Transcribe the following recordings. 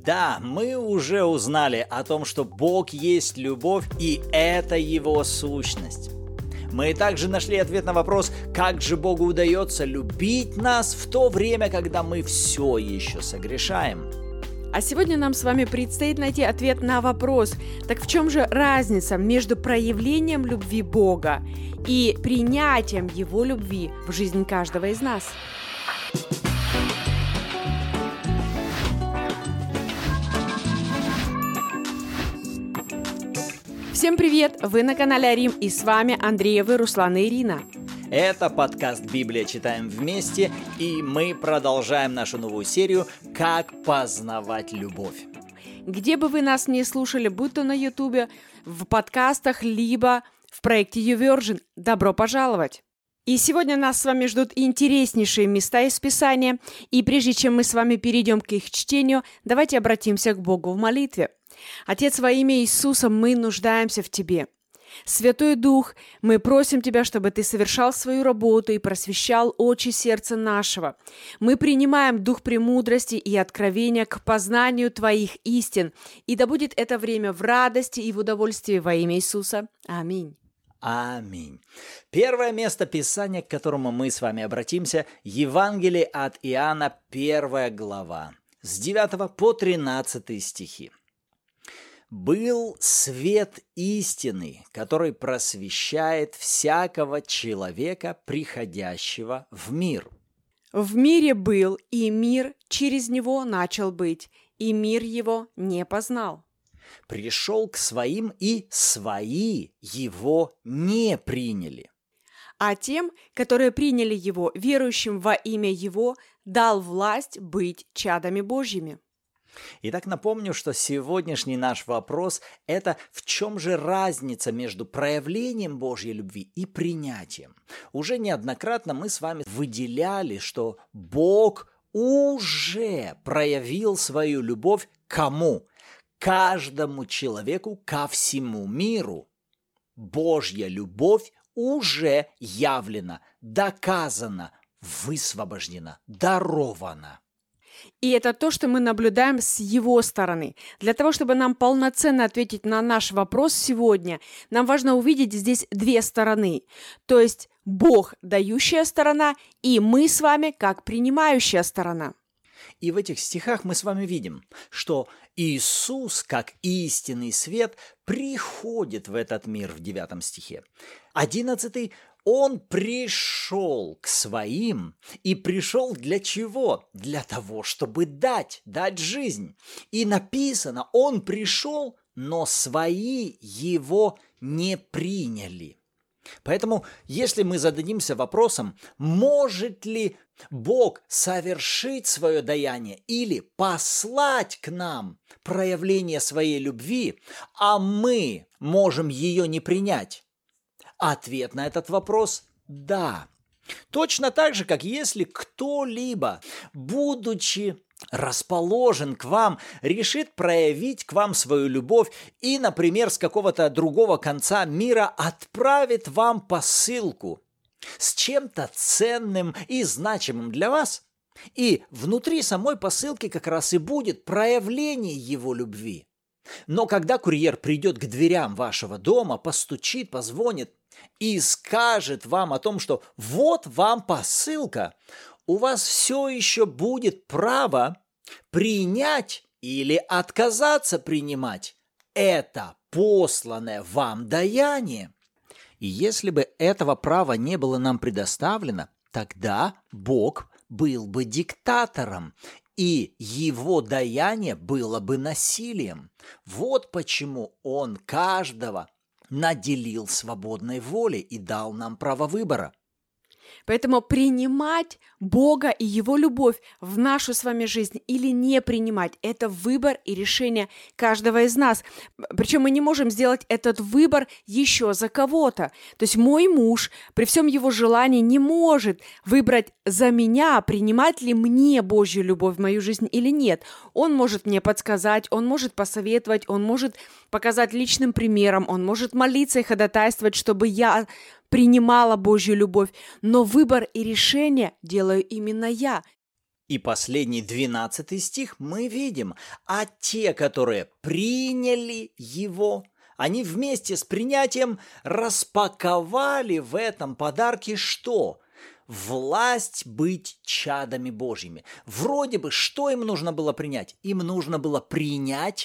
Да, мы уже узнали о том, что Бог есть любовь, и это Его сущность. Мы также нашли ответ на вопрос, как же Богу удается любить нас в то время, когда мы все еще согрешаем. А сегодня нам с вами предстоит найти ответ на вопрос, так в чем же разница между проявлением любви Бога и принятием Его любви в жизнь каждого из нас? Всем привет! Вы на канале Арим, и с вами Андреевы, Руслан и Ирина. Это подкаст «Библия. Читаем вместе», и мы продолжаем нашу новую серию «Как познавать любовь». Где бы вы нас не слушали, будь то на Ютубе, в подкастах, либо в проекте YouVersion, добро пожаловать! И сегодня нас с вами ждут интереснейшие места из Писания, и прежде чем мы с вами перейдем к их чтению, давайте обратимся к Богу в молитве. Отец, во имя Иисуса, мы нуждаемся в Тебе. Святой Дух, мы просим Тебя, чтобы Ты совершал свою работу и просвещал очи сердца нашего. Мы принимаем дух премудрости и откровения к познанию Твоих истин, и да будет это время в радости и в удовольствии во имя Иисуса. Аминь. Аминь. Первое место Писания, к которому мы с вами обратимся, Евангелие от Иоанна, 1 глава, с 9 по 13 стихи. «Был свет истины, который просвещает всякого человека, приходящего в мир». В мире был, и мир через него начал быть, и мир его не познал. Пришел к своим, и свои его не приняли. А тем, которые приняли его, верующим во имя его, дал власть быть чадами Божьими. Итак, напомню, что сегодняшний наш вопрос – это в чем же разница между проявлением Божьей любви и принятием. Уже неоднократно мы с вами выделяли, что Бог уже проявил свою любовь кому? Каждому человеку, ко всему миру. Божья любовь уже явлена, доказана, высвобождена, дарована. И это то, что мы наблюдаем с его стороны. Для того, чтобы нам полноценно ответить на наш вопрос сегодня, нам важно увидеть здесь две стороны. То есть Бог – дающая сторона, и мы с вами как принимающая сторона. И в этих стихах мы с вами видим, что Иисус, как истинный свет, приходит в этот мир в 9 стихе. 11 Он пришел к своим, и пришел для чего? Для того, чтобы дать жизнь. И написано, Он пришел, но свои его не приняли. Поэтому, если мы зададимся вопросом, может ли Бог совершить свое даяние или послать к нам проявление своей любви, а мы можем ее не принять? Ответ на этот вопрос – да. Точно так же, как если кто-либо, будучи расположен к вам, решит проявить к вам свою любовь и, например, с какого-то другого конца мира отправит вам посылку с чем-то ценным и значимым для вас, и внутри самой посылки как раз и будет проявление его любви. Но когда курьер придет к дверям вашего дома, постучит, позвонит и скажет вам о том, что вот вам посылка, у вас все еще будет право принять или отказаться принимать это посланное вам даяние. И если бы этого права не было нам предоставлено, тогда Бог был бы диктатором, и его даяние было бы насилием. Вот почему Он каждого наделил свободной волей и дал нам право выбора. Поэтому принимать Бога и Его любовь в нашу с вами жизнь или не принимать – это выбор и решение каждого из нас. Причем мы не можем сделать этот выбор еще за кого-то. То есть мой муж при всем его желании не может выбрать за меня, принимать ли мне Божью любовь в мою жизнь или нет. Он может мне подсказать, он может посоветовать, он может показать личным примером, он может молиться и ходатайствовать, чтобы я принимала Божью любовь, но выбор и решение делаю именно я. И последний 12 стих мы видим, а те, которые приняли его, они вместе с принятием распаковали в этом подарке что? Власть быть чадами Божьими. Вроде бы, что им нужно было принять? Им нужно было принять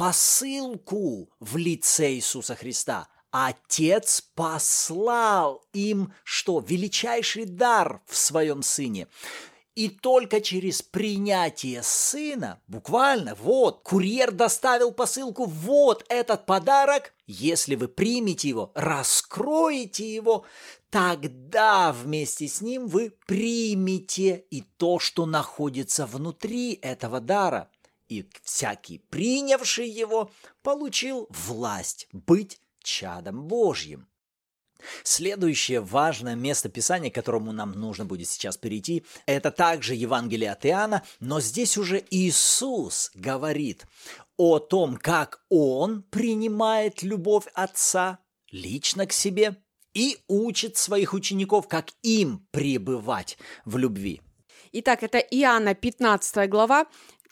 посылку в лице Иисуса Христа. Отец послал им что? Величайший дар в своем Сыне. И только через принятие Сына, буквально, вот, курьер доставил посылку, вот этот подарок, если вы примете его, раскроете его, тогда вместе с ним вы примете и то, что находится внутри этого дара. И всякий, принявший его, получил власть быть чадом Божьим. Следующее важное место Писания, к которому нам нужно будет сейчас перейти, это также Евангелие от Иоанна, но здесь уже Иисус говорит о том, как Он принимает любовь Отца лично к себе и учит своих учеников, как им пребывать в любви. Итак, это Иоанна 15 глава,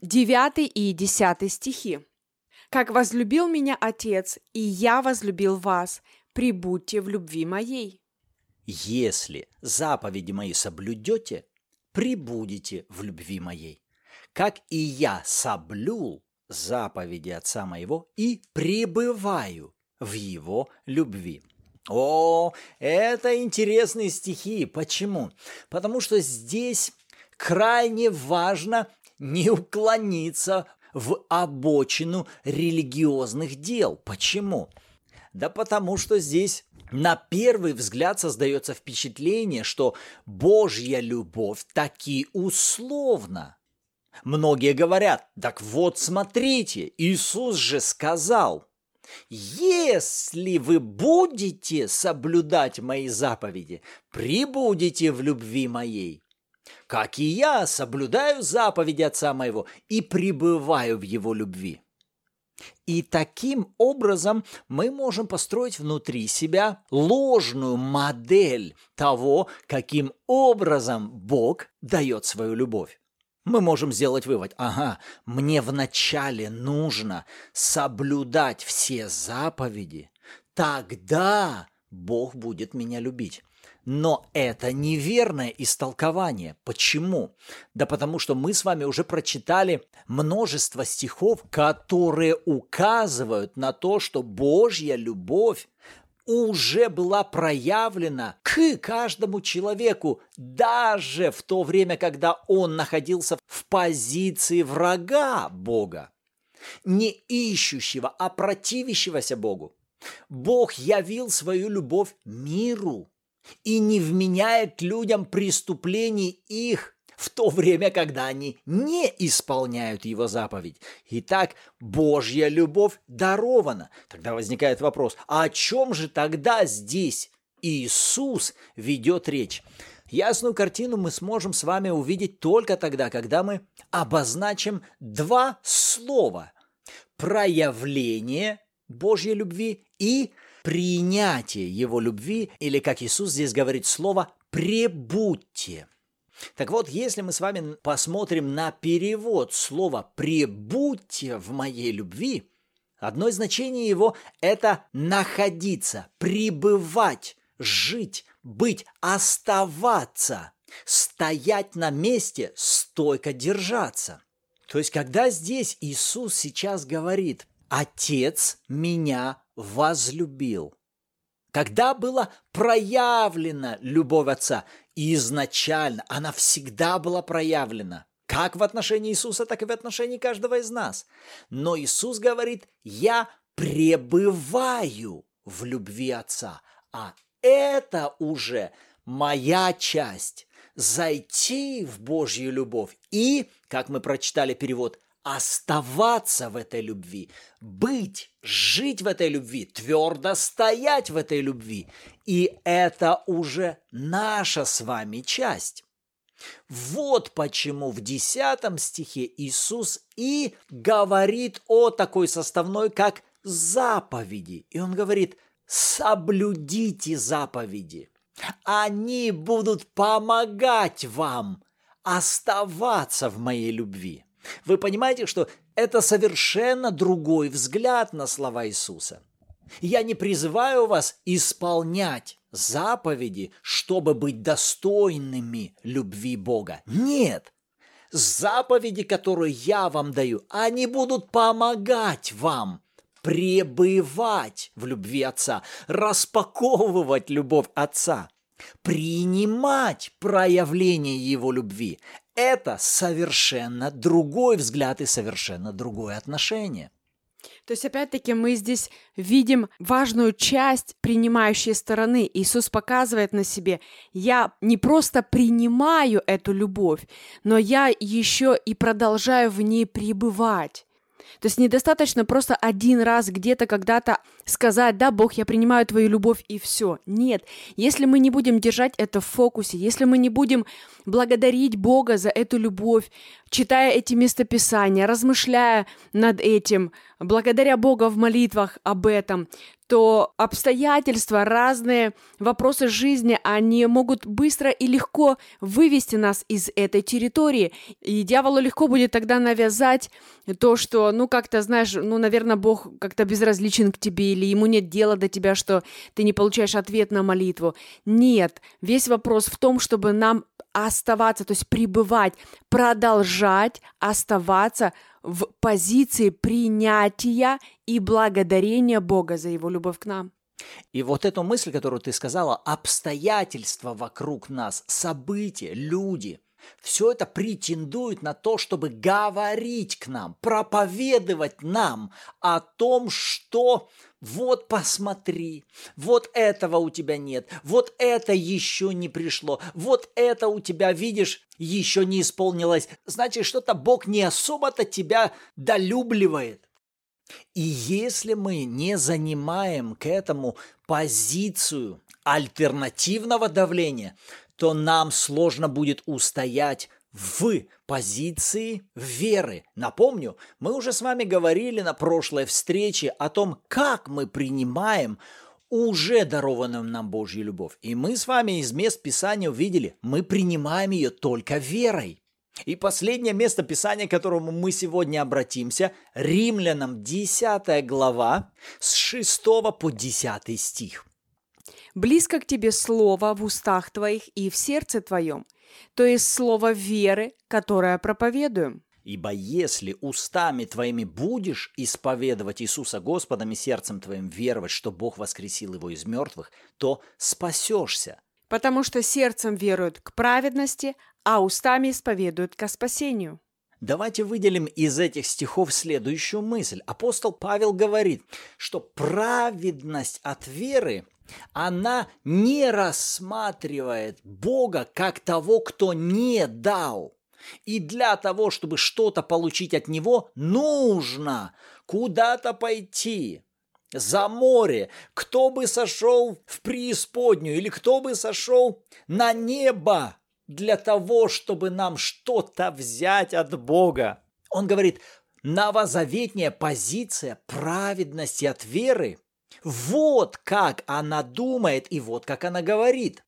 9 и 10 стихи. «Как возлюбил меня Отец, и я возлюбил вас, пребудьте в любви моей. Если заповеди мои соблюдете, пребудете в любви моей, как и я соблюл заповеди Отца моего и пребываю в его любви». О, это интересные стихи. Почему? Потому что здесь крайне важно не уклониться в обочину религиозных дел. Почему? Да потому что здесь на первый взгляд создается впечатление, что Божья любовь таки условна. Многие говорят, так вот смотрите, Иисус же сказал, если вы будете соблюдать мои заповеди, пребудете в любви моей, как и я соблюдаю заповеди Отца моего и пребываю в его любви. И таким образом мы можем построить внутри себя ложную модель того, каким образом Бог дает свою любовь. Мы можем сделать вывод, мне вначале нужно соблюдать все заповеди, тогда Бог будет меня любить. Но это неверное истолкование. Почему? Да потому что мы с вами уже прочитали множество стихов, которые указывают на то, что Божья любовь уже была проявлена к каждому человеку, даже в то время, когда он находился в позиции врага Бога, не ищущего, а противящегося Богу. Бог явил свою любовь миру и не вменяет людям преступлений их в то время, когда они не исполняют его заповедь. Итак, Божья любовь дарована. Тогда возникает вопрос, а о чем же тогда здесь Иисус ведет речь? Ясную картину мы сможем с вами увидеть только тогда, когда мы обозначим два слова: проявление Божьей любви и принятие его любви, или, как Иисус здесь говорит, слово «пребудьте». Так вот, если мы с вами посмотрим на перевод слова «пребудьте в моей любви», одно из значений его – это находиться, пребывать, жить, быть, оставаться, стоять на месте, стойко держаться. То есть, когда здесь Иисус сейчас говорит «Отец меня возлюбил», когда была проявлена любовь Отца, изначально она всегда была проявлена, как в отношении Иисуса, так и в отношении каждого из нас. Но Иисус говорит, я пребываю в любви Отца, а это уже моя часть, зайти в Божью любовь и, как мы прочитали перевод, оставаться в этой любви, быть, жить в этой любви, твердо стоять в этой любви. И это уже наша с вами часть. Вот почему в 10 стихе Иисус и говорит о такой составной, как заповеди. И Он говорит, соблюдите заповеди. Они будут помогать вам оставаться в моей любви. Вы понимаете, что это совершенно другой взгляд на слова Иисуса. Я не призываю вас исполнять заповеди, чтобы быть достойными любви Бога. Нет. Заповеди, которые я вам даю, они будут помогать вам пребывать в любви Отца, распаковывать любовь Отца, принимать проявление Его любви. Это совершенно другой взгляд и совершенно другое отношение. То есть, опять-таки, мы здесь видим важную часть принимающей стороны. Иисус показывает на себе: я не просто принимаю эту любовь, но я еще и продолжаю в ней пребывать. То есть недостаточно просто один раз где-то когда-то сказать: да, Бог, я принимаю твою любовь, и все. Нет, если мы не будем держать это в фокусе, если мы не будем благодарить Бога за эту любовь, читая эти местописания, размышляя над этим, благодаря Бога в молитвах об этом, то обстоятельства, разные вопросы жизни, они могут быстро и легко вывести нас из этой территории. И дьяволу легко будет тогда навязать то, что, как-то, знаешь, наверное, Бог как-то безразличен к тебе, или ему нет дела до тебя, что ты не получаешь ответ на молитву. Нет, весь вопрос в том, чтобы нам оставаться, то есть пребывать, продолжать оставаться в позиции принятия и благодарения Бога за Его любовь к нам. И вот эту мысль, которую ты сказала, обстоятельства вокруг нас, события, люди, все это претендует на то, чтобы говорить к нам, проповедовать нам о том, что вот посмотри, вот этого у тебя нет, вот это еще не пришло, вот это у тебя, видишь, еще не исполнилось. Значит, что-то Бог не особо-то тебя долюбливает. И если мы не занимаем к этому позицию альтернативного давления, то нам сложно будет устоять в позиции веры. Напомню, мы уже с вами говорили на прошлой встрече о том, как мы принимаем уже дарованную нам Божью любовь. И мы с вами из мест Писания увидели, мы принимаем ее только верой. И последнее место Писания, к которому мы сегодня обратимся, Римлянам 10 глава с 6 по 10 стих. «Близко к тебе слово в устах твоих и в сердце твоем, то есть слово веры, которое проповедуем. Ибо если устами твоими будешь исповедовать Иисуса Господом и сердцем твоим веровать, что Бог воскресил его из мертвых, то спасешься. Потому что сердцем веруют к праведности, а устами исповедуют ко спасению». Давайте выделим из этих стихов следующую мысль. Апостол Павел говорит, что праведность от веры, она не рассматривает Бога как того, кто не дал. И для того, чтобы что-то получить от Него, нужно куда-то пойти. За море, кто бы сошел в преисподнюю или кто бы сошел на небо для того, чтобы нам что-то взять от Бога. Он говорит, новозаветная позиция праведности от веры, вот как она думает и вот как она говорит.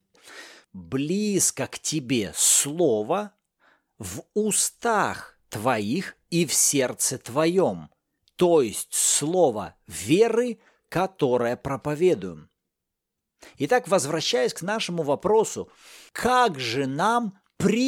Близко к тебе слово в устах твоих и в сердце твоем, то есть слово веры, которое проповедуем. Итак, возвращаясь к нашему вопросу, как же нам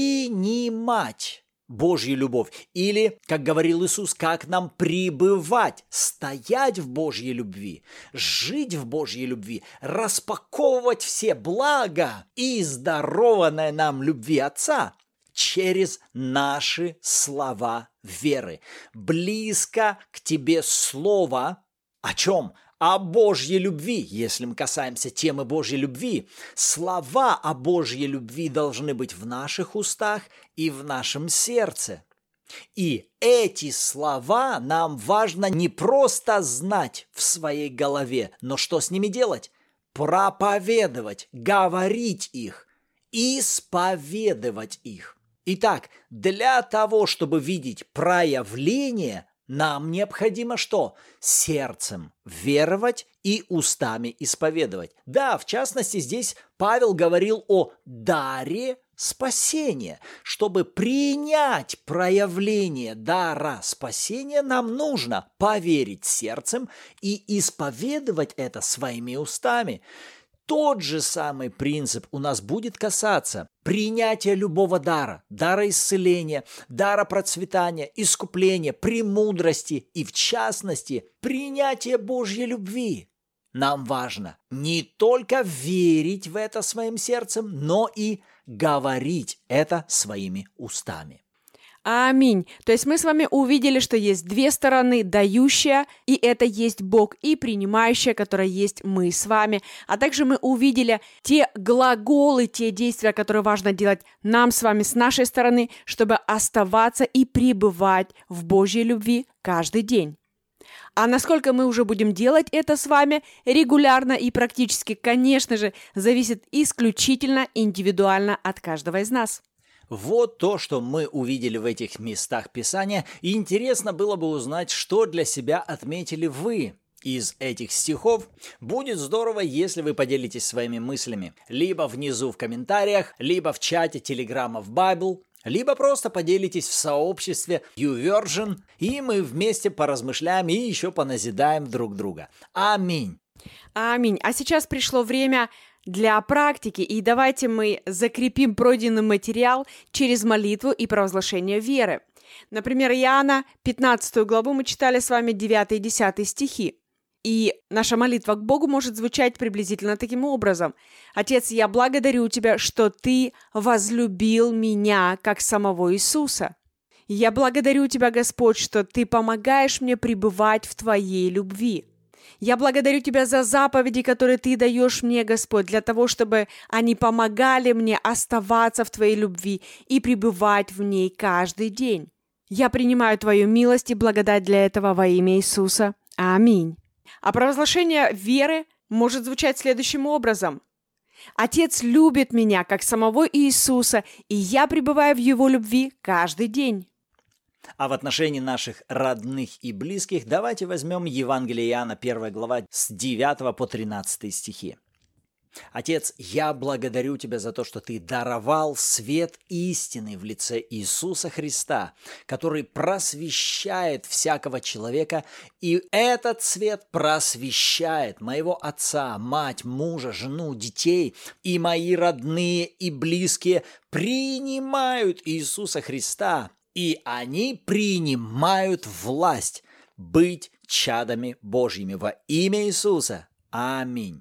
принимать Божью любовь? Или, как говорил Иисус, как нам пребывать, стоять в Божьей любви, жить в Божьей любви, распаковывать все блага и дарованной нам любви Отца через наши слова веры. Близко к тебе слово о чем? О Божьей любви, если мы касаемся темы Божьей любви. Слова о Божьей любви должны быть в наших устах и в нашем сердце. И эти слова нам важно не просто знать в своей голове, но что с ними делать? Проповедовать, говорить их, исповедовать их. Итак, для того, чтобы видеть проявление, нам необходимо что? Сердцем веровать и устами исповедовать. Да, в частности, здесь Павел говорил о даре спасения. Чтобы принять проявление дара спасения, нам нужно поверить сердцем и исповедовать это своими устами. Тот же самый принцип у нас будет касаться принятия любого дара, дара исцеления, дара процветания, искупления, премудрости и, в частности, принятия Божьей любви. Нам важно не только верить в это своим сердцем, но и говорить это своими устами. Аминь. То есть мы с вами увидели, что есть две стороны: дающая, и это есть Бог, и принимающая, которая есть мы с вами. А также мы увидели те глаголы, те действия, которые важно делать нам с вами с нашей стороны, чтобы оставаться и пребывать в Божьей любви каждый день. А насколько мы уже будем делать это с вами регулярно и практически, конечно же, зависит исключительно индивидуально от каждого из нас. Вот то, что мы увидели в этих местах Писания, и интересно было бы узнать, что для себя отметили вы из этих стихов. Будет здорово, если вы поделитесь своими мыслями либо внизу в комментариях, либо в чате Телеграма в Bible, либо просто поделитесь в сообществе YouVersion, и мы вместе поразмышляем и еще поназидаем друг друга. Аминь. Аминь. А сейчас пришло время для практики, и давайте мы закрепим пройденный материал через молитву и провозглашение веры. Например, Иоанна 15 главу мы читали с вами 9 и 10 стихи. И наша молитва к Богу может звучать приблизительно таким образом. «Отец, я благодарю Тебя, что Ты возлюбил меня, как самого Иисуса. Я благодарю Тебя, Господь, что Ты помогаешь мне пребывать в Твоей любви. Я благодарю Тебя за заповеди, которые Ты даешь мне, Господь, для того, чтобы они помогали мне оставаться в Твоей любви и пребывать в ней каждый день. Я принимаю Твою милость и благодать для этого во имя Иисуса. Аминь». А провозглашение веры может звучать следующим образом. «Отец любит меня, как самого Иисуса, и я пребываю в Его любви каждый день». А в отношении наших родных и близких давайте возьмем Евангелие Иоанна, 1 глава, с 9 по 13 стихи. «Отец, я благодарю Тебя за то, что Ты даровал свет истины в лице Иисуса Христа, который просвещает всякого человека, и этот свет просвещает моего отца, мать, мужа, жену, детей, и мои родные и близкие принимают Иисуса Христа, и они принимают власть быть чадами Божьими во имя Иисуса. Аминь».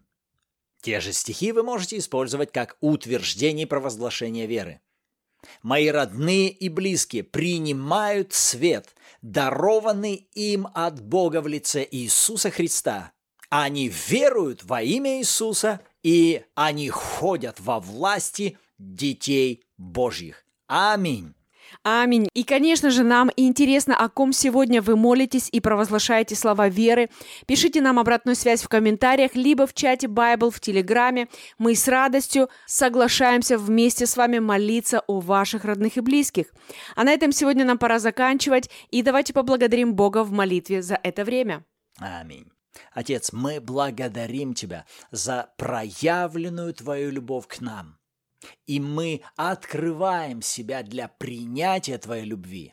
Те же стихи вы можете использовать как утверждение и провозглашение веры. «Мои родные и близкие принимают свет, дарованный им от Бога в лице Иисуса Христа. Они веруют во имя Иисуса, и они ходят во власти детей Божьих. Аминь». Аминь. И, конечно же, нам интересно, о ком сегодня вы молитесь и провозглашаете слова веры. Пишите нам обратную связь в комментариях, либо в чате Bible в Телеграме. Мы с радостью соглашаемся вместе с вами молиться о ваших родных и близких. А на этом сегодня нам пора заканчивать, и давайте поблагодарим Бога в молитве за это время. Аминь. Отец, мы благодарим Тебя за проявленную Твою любовь к нам. И мы открываем себя для принятия Твоей любви,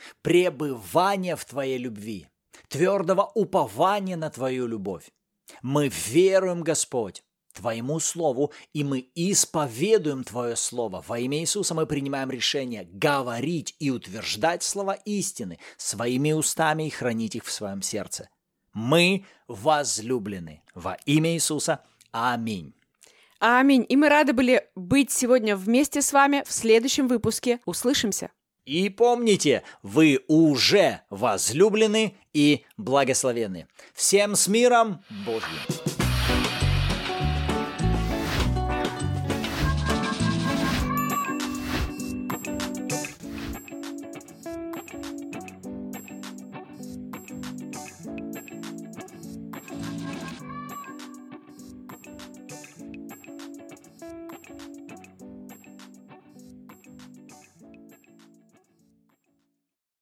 пребывания в Твоей любви, твердого упования на Твою любовь. Мы веруем, Господь, Твоему Слову, и мы исповедуем Твое Слово. Во имя Иисуса мы принимаем решение говорить и утверждать слова истины своими устами и хранить их в своем сердце. Мы возлюблены. Во имя Иисуса. Аминь. Аминь. И мы рады были быть сегодня вместе с вами в следующем выпуске. Услышимся. И помните, вы уже возлюблены и благословенны. Всем с миром Божьим!